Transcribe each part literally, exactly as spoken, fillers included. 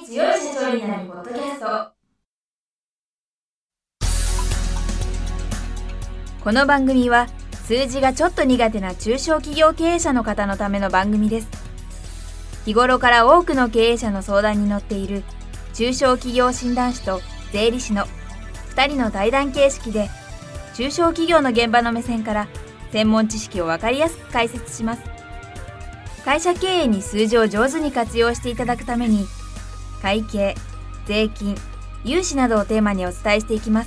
強い社長になるポッドキャスト。この番組は数字がちょっと苦手な中小企業経営者の方のための番組です。日頃から多くの経営者の相談に乗っている中小企業診断士と税理士のふたりの対談形式で、中小企業の現場の目線から専門知識を分かりやすく解説します。会社経営に数字を上手に活用していただくために、会計、税金、融資などをテーマにお伝えしていきます。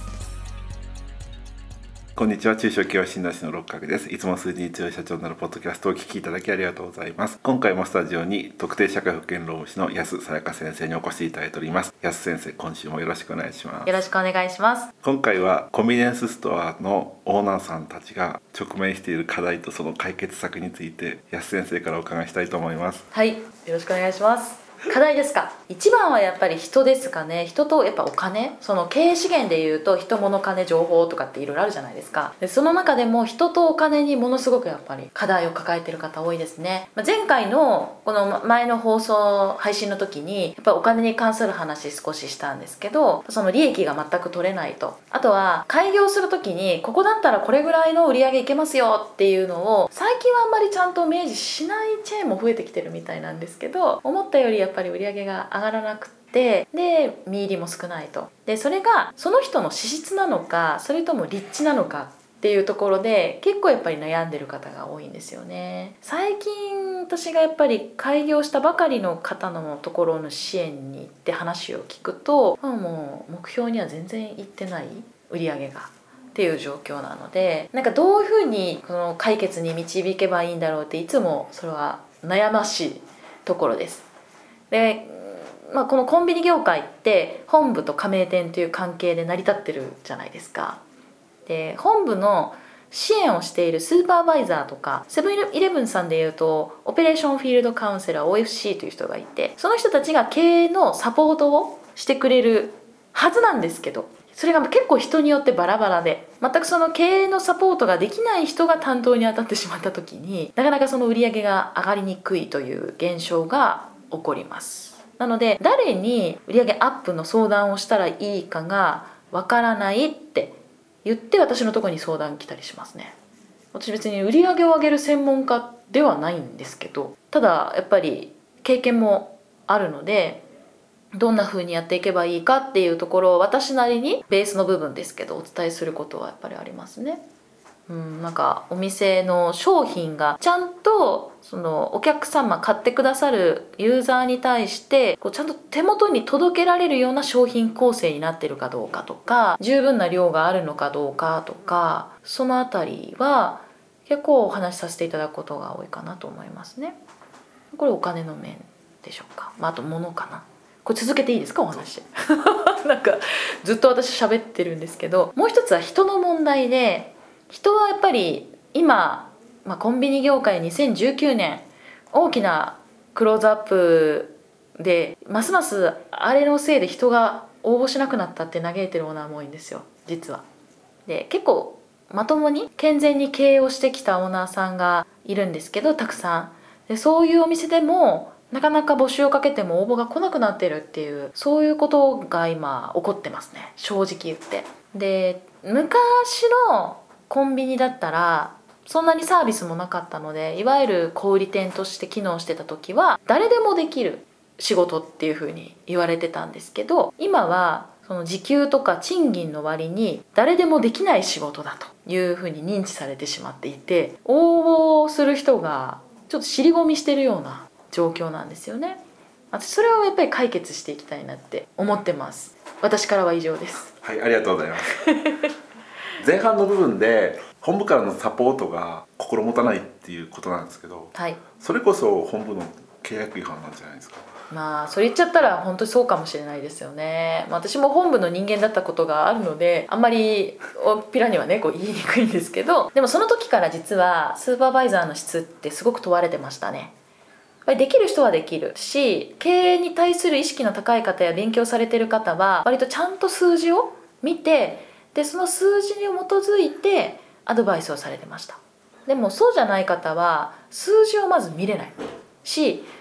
こんにちは、中小企業診断士の六角です。いつも数字に強い社長になるポッドキャストをお聞きいただきありがとうございます。今回もスタジオに特定社会保険労務士の安さやか先生にお越しいただいております。安先生、今週もよろしくお願いします。 よろしくお願いします。 今回はコンビニエンスストアのオーナーさんたちが直面している課題とその解決策について安先生からお伺いしたいと思います。 はい、よろしくお願いします。課題ですか。一番はやっぱり人ですかね。人とやっぱお金、その経営資源でいうと人物金情報とかっていろいろあるじゃないですか。でその中でも人とお金にものすごくやっぱり課題を抱えている方多いですね。前回のこの前の放送配信の時にやっぱりお金に関する話少ししたんですけど、その利益が全く取れないと、あとは開業する時にここだったらこれぐらいの売り上げいけますよっていうのを最近はあんまりちゃんと明示しないチェーンも増えてきてるみたいなんですけど、思ったよりやっぱり売り上げが上がらなくて、で見入りも少ないと。でそれがその人の資質なのか、それとも立地なのかっていうところで結構やっぱり悩んでる方が多いんですよね。最近私がやっぱり開業したばかりの方のところの支援に行って話を聞くと、もう目標には全然いってない売り上げがっていう状況なので、なんかどういうふうにこの解決に導けばいいんだろうっていつもそれは悩ましいところです。で、まあ、このコンビニ業界って本部と加盟店という関係で成り立ってるじゃないですか。で本部の支援をしているスーパーバイザーとか、セブンイレブンさんでいうとオペレーションフィールドカウンセラー オーエフシー という人がいて、その人たちが経営のサポートをしてくれるはずなんですけど、それが結構人によってバラバラで、全くその経営のサポートができない人が担当に当たってしまった時に、なかなかその売り上げが上がりにくいという現象が起こります。なので誰に売上アップの相談をしたらいいかがわからないって言って私のところに相談来たりしますね。私別に売上を上げる専門家ではないんですけど、ただやっぱり経験もあるので、どんな風にやっていけばいいかっていうところを私なりにベースの部分ですけどお伝えすることはやっぱりありますね。うん、なんかお店の商品がちゃんとそのお客様、買ってくださるユーザーに対してこうちゃんと手元に届けられるような商品構成になってるかどうかとか、十分な量があるのかどうかとか、そのあたりは結構お話しさせていただくことが多いかなと思いますね。これお金の面でしょうか、まあ、あと物かな。これ続けていいですか、お話なんかずっと私喋ってるんですけど、もう一つは人の問題で、人はやっぱり今、まあ、コンビニ業界にせんじゅうきゅうねん大きなクローズアップでますますあれのせいで人が応募しなくなったって嘆いてるオーナーも多いんですよ、実は。で結構まともに健全に経営をしてきたオーナーさんがいるんですけど、たくさんでそういうお店でもなかなか募集をかけても応募が来なくなってるっていう、そういうことが今起こってますね、正直言って。で昔のコンビニだったらそんなにサービスもなかったので、いわゆる小売店として機能してた時は誰でもできる仕事っていう風に言われてたんですけど、今はその時給とか賃金の割に誰でもできない仕事だという風に認知されてしまっていて、応募する人がちょっと尻込みしてるような状況なんですよね。私それをやっぱり解決していきたいなって思ってます。私からは以上です。 はい、ありがとうございます前半の部分で本部からのサポートが心もたないっていうことなんですけど、 はい、 それこそ本部の契約違反なんじゃないですか。 まあそれ言っちゃったら本当にそうかもしれないですよね。私も本部の人間だったことがあるので、あんまりおっぴらにはねこう言いにくいんですけど、でもその時から実はスーパーバイザーの質ってすごく問われてましたね。やっぱりできる人はできるし、経営に対する意識の高い方や勉強されてる方は割とちゃんと数字を見て、でその数字に基づいてアドバイスをされてました。でもそうじゃない方は数字をまず見れないし、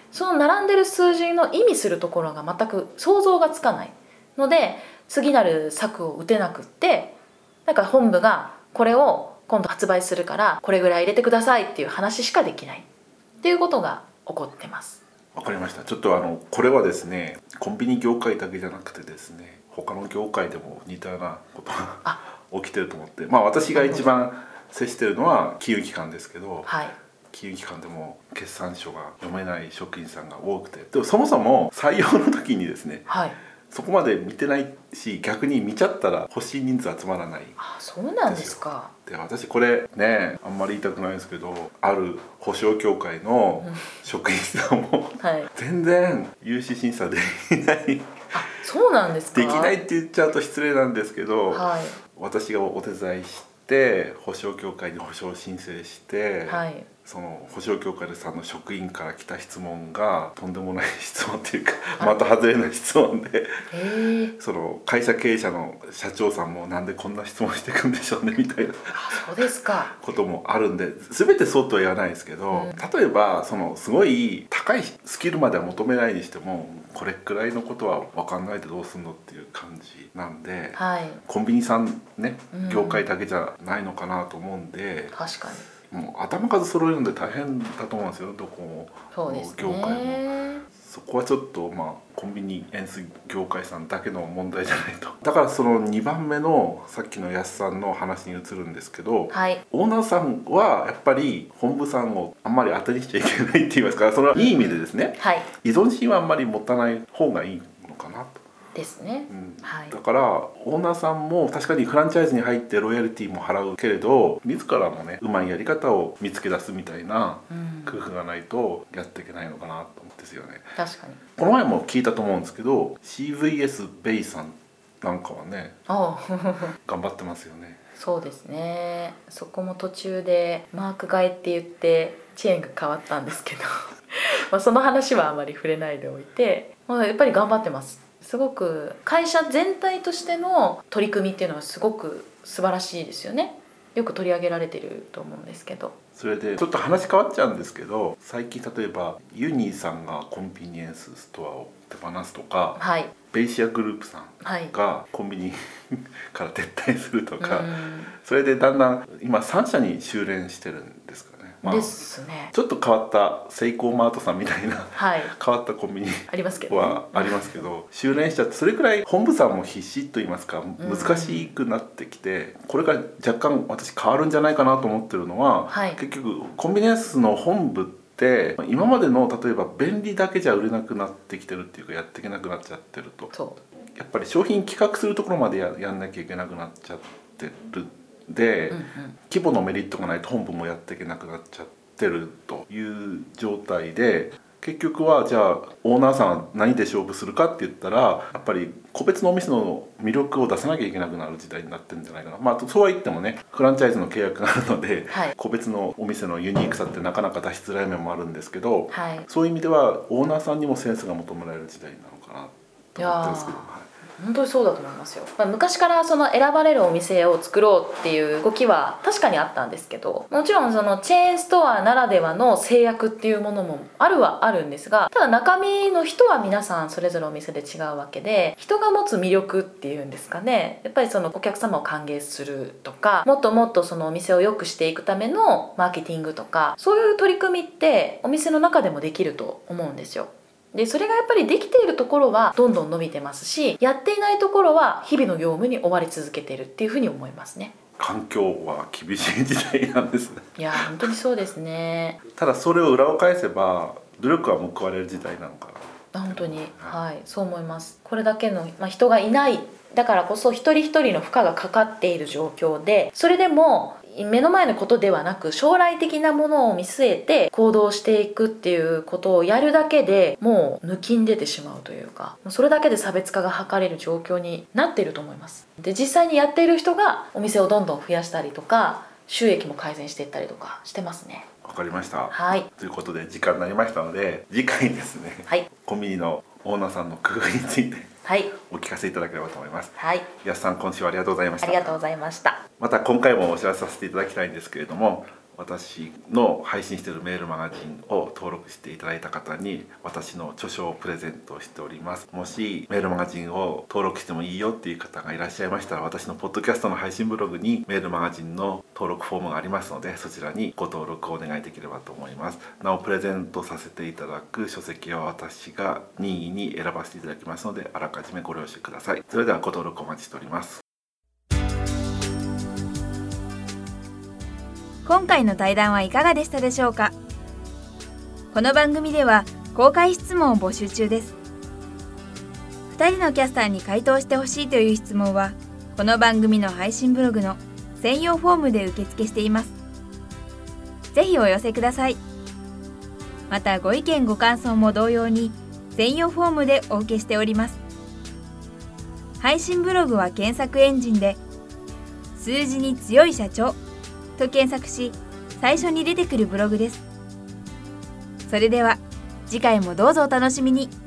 その並んでる数字の意味するところが全く想像がつかないので、次なる策を打てなくって、なんか本部がこれを今度発売するからこれぐらい入れてくださいっていう話しかできないっていうことが起こってます。 わかりました。ちょっとあのこれはですね、コンビニ業界だけじゃなくてですね、他の業界でも似たようなことが起きてると思って、まあ私が一番接してるのは金融機関ですけど、 はい、 金融機関でも決算書が読めない職員さんが多くて、でもそもそも採用の時にですね、 はい、 そこまで見てないし、逆に見ちゃったら欲しい人数集まらない。 あ、そうなんですか。 で、私これね、あんまり言いたくないですけど、ある保証協会の職員さんも、 はい、 全然融資審査できないあ、そうなんですか。 できないって言っちゃうと失礼なんですけど、 はい、 私がお手伝いして保証協会に保証申請して、 はい、 その保証協会さんの職員から来た質問がとんでもない質問っていうか、的外れな質問で、その会社経営者の社長さんもなんでこんな質問してくんでしょうねみたいなそうですかこともあるんで、全てそうとは言わないですけど、うん、例えばそのすごい高いスキルまでは求めないにしても、これくらいのことは分かんないでどうすんのっていう感じなんで、 はい、 コンビニさんね、業界だけじゃないのかなと思うんで、 うん、確かにもう頭数揃えるんで大変だと思うんですよ、どこも。 そうですね、 業界も。そこはちょっとまあコンビニエンス業界さんだけの問題じゃないと。だからそのにばんめのさっきの安さんの話に移るんですけど、 はい、 オーナーさんはやっぱり本部さんをあんまり当てにしちゃいけないって言いますから、それはいい意味でですね、 はい、 依存心はあんまり持たない方がいいのかなと。 ですね、 うんはい、 だからオーナーさんも確かにフランチャイズに入ってロイヤリティも払うけれど、自らもねうまいやり方を見つけ出すみたいな工夫がないとやっていけないのかなと思うんですよね。 確かにこの前も聞いたと思うんですけど シーブイエス ベイさんなんかはね頑張ってますよね。 そうですね、そこも途中でマーク買いって言ってチェーンが変わったんですけどまあその話はあまり触れないでおいて、まあ、やっぱり頑張ってます。すごく会社全体としての取り組みっていうのはすごく素晴らしいですよね。よく取り上げられてると思うんですけど、 それでちょっと話変わっちゃうんですけど、最近例えばユニーさんがコンビニエンスストアを手放すとか、 はい、 ベイシアグループさんがコンビニから撤退するとか、それでだんだん今さん社に収斂してるんですかね。まあ、 ですね。 ちょっと変わったセイコーマートさんみたいな、 はい、 変わったコンビニありますけど、ね、 はありますけど収斂しちゃって、それくらい本部さんも必死と言いますか難しくなってきて、これから若干私変わるんじゃないかなと思ってるのは、 はい、 結局コンビニエンスの本部って今までの例えば便利だけじゃ売れなくなってきてるっていうか、やっていけなくなっちゃってると、 そうやっぱり商品企画するところまで や, やんなきゃいけなくなっちゃってるで、うんうん、規模のメリットがないと本部もやっていけなくなっちゃってるという状態で、結局はじゃあオーナーさんは何で勝負するかって言ったら、やっぱり個別のお店の魅力を出さなきゃいけなくなる時代になってるんじゃないかな。まあそうは言ってもね、フランチャイズの契約があるので、はい、個別のお店のユニークさってなかなか出しづらい面もあるんですけど、はい、そういう意味ではオーナーさんにもセンスが求められる時代なのかなと思ってるんですけど、はい、 本当にそうだと思いますよ。まあ、昔からその選ばれるお店を作ろうっていう動きは確かにあったんですけど、もちろんそのチェーンストアならではの制約っていうものもあるはあるんですが、ただ中身の人は皆さんそれぞれお店で違うわけで、人が持つ魅力っていうんですかね、やっぱりそのお客様を歓迎するとか、もっともっとそのお店を良くしていくためのマーケティングとか、そういう取り組みってお店の中でもできると思うんですよ。でそれがやっぱりできているところはどんどん伸びてますし、やっていないところは日々の業務に追われ続けているっていうふうに思いますね。 環境は厳しい時代なんですね。 いや本当にそうですね。 ただそれを裏を返せば努力は報われる時代なのかな。 本当に、はい、はい、そう思います。これだけの、まあ、人がいないだからこそ一人一人の負荷がかかっている状況で、それでも目の前のことではなく将来的なものを見据えて行動していくっていうことをやるだけでもう抜きん出てしまうというか、それだけで差別化が図れる状況になっていると思います。で実際にやっている人がお店をどんどん増やしたりとか収益も改善していったりとかしてますね。 わかりました、 はい、 ということで時間になりましたので、次回ですね、はい、コンビニのオーナーさんの工夫について、はい、お聞かせいただければと思います。はい、安さん今週はありがとうございました。 ありがとうございました。 また今回もお知らせさせていただきたいんですけれども、 私の配信しているメールマガジンを登録していただいた方に私の著書をプレゼントしております。もしメールマガジンを登録してもいいよっていう方がいらっしゃいましたら、私のポッドキャストの配信ブログにメールマガジンの登録フォームがありますので、そちらにご登録をお願いできればと思います。なおプレゼントさせていただく書籍は私が任意に選ばせていただきますので、あらかじめご了承ください。それではご登録お待ちしております。 今回の対談はいかがでしたでしょうか。この番組では公開質問を募集中です。ふたりのキャスターに回答してほしいという質問は、この番組の配信ブログの専用フォームで受付しています。ぜひお寄せください。またご意見ご感想も同様に専用フォームでお受けしております。配信ブログは検索エンジンで数字に強い社長と検索し、最初に出てくるブログです。それでは次回もどうぞお楽しみに。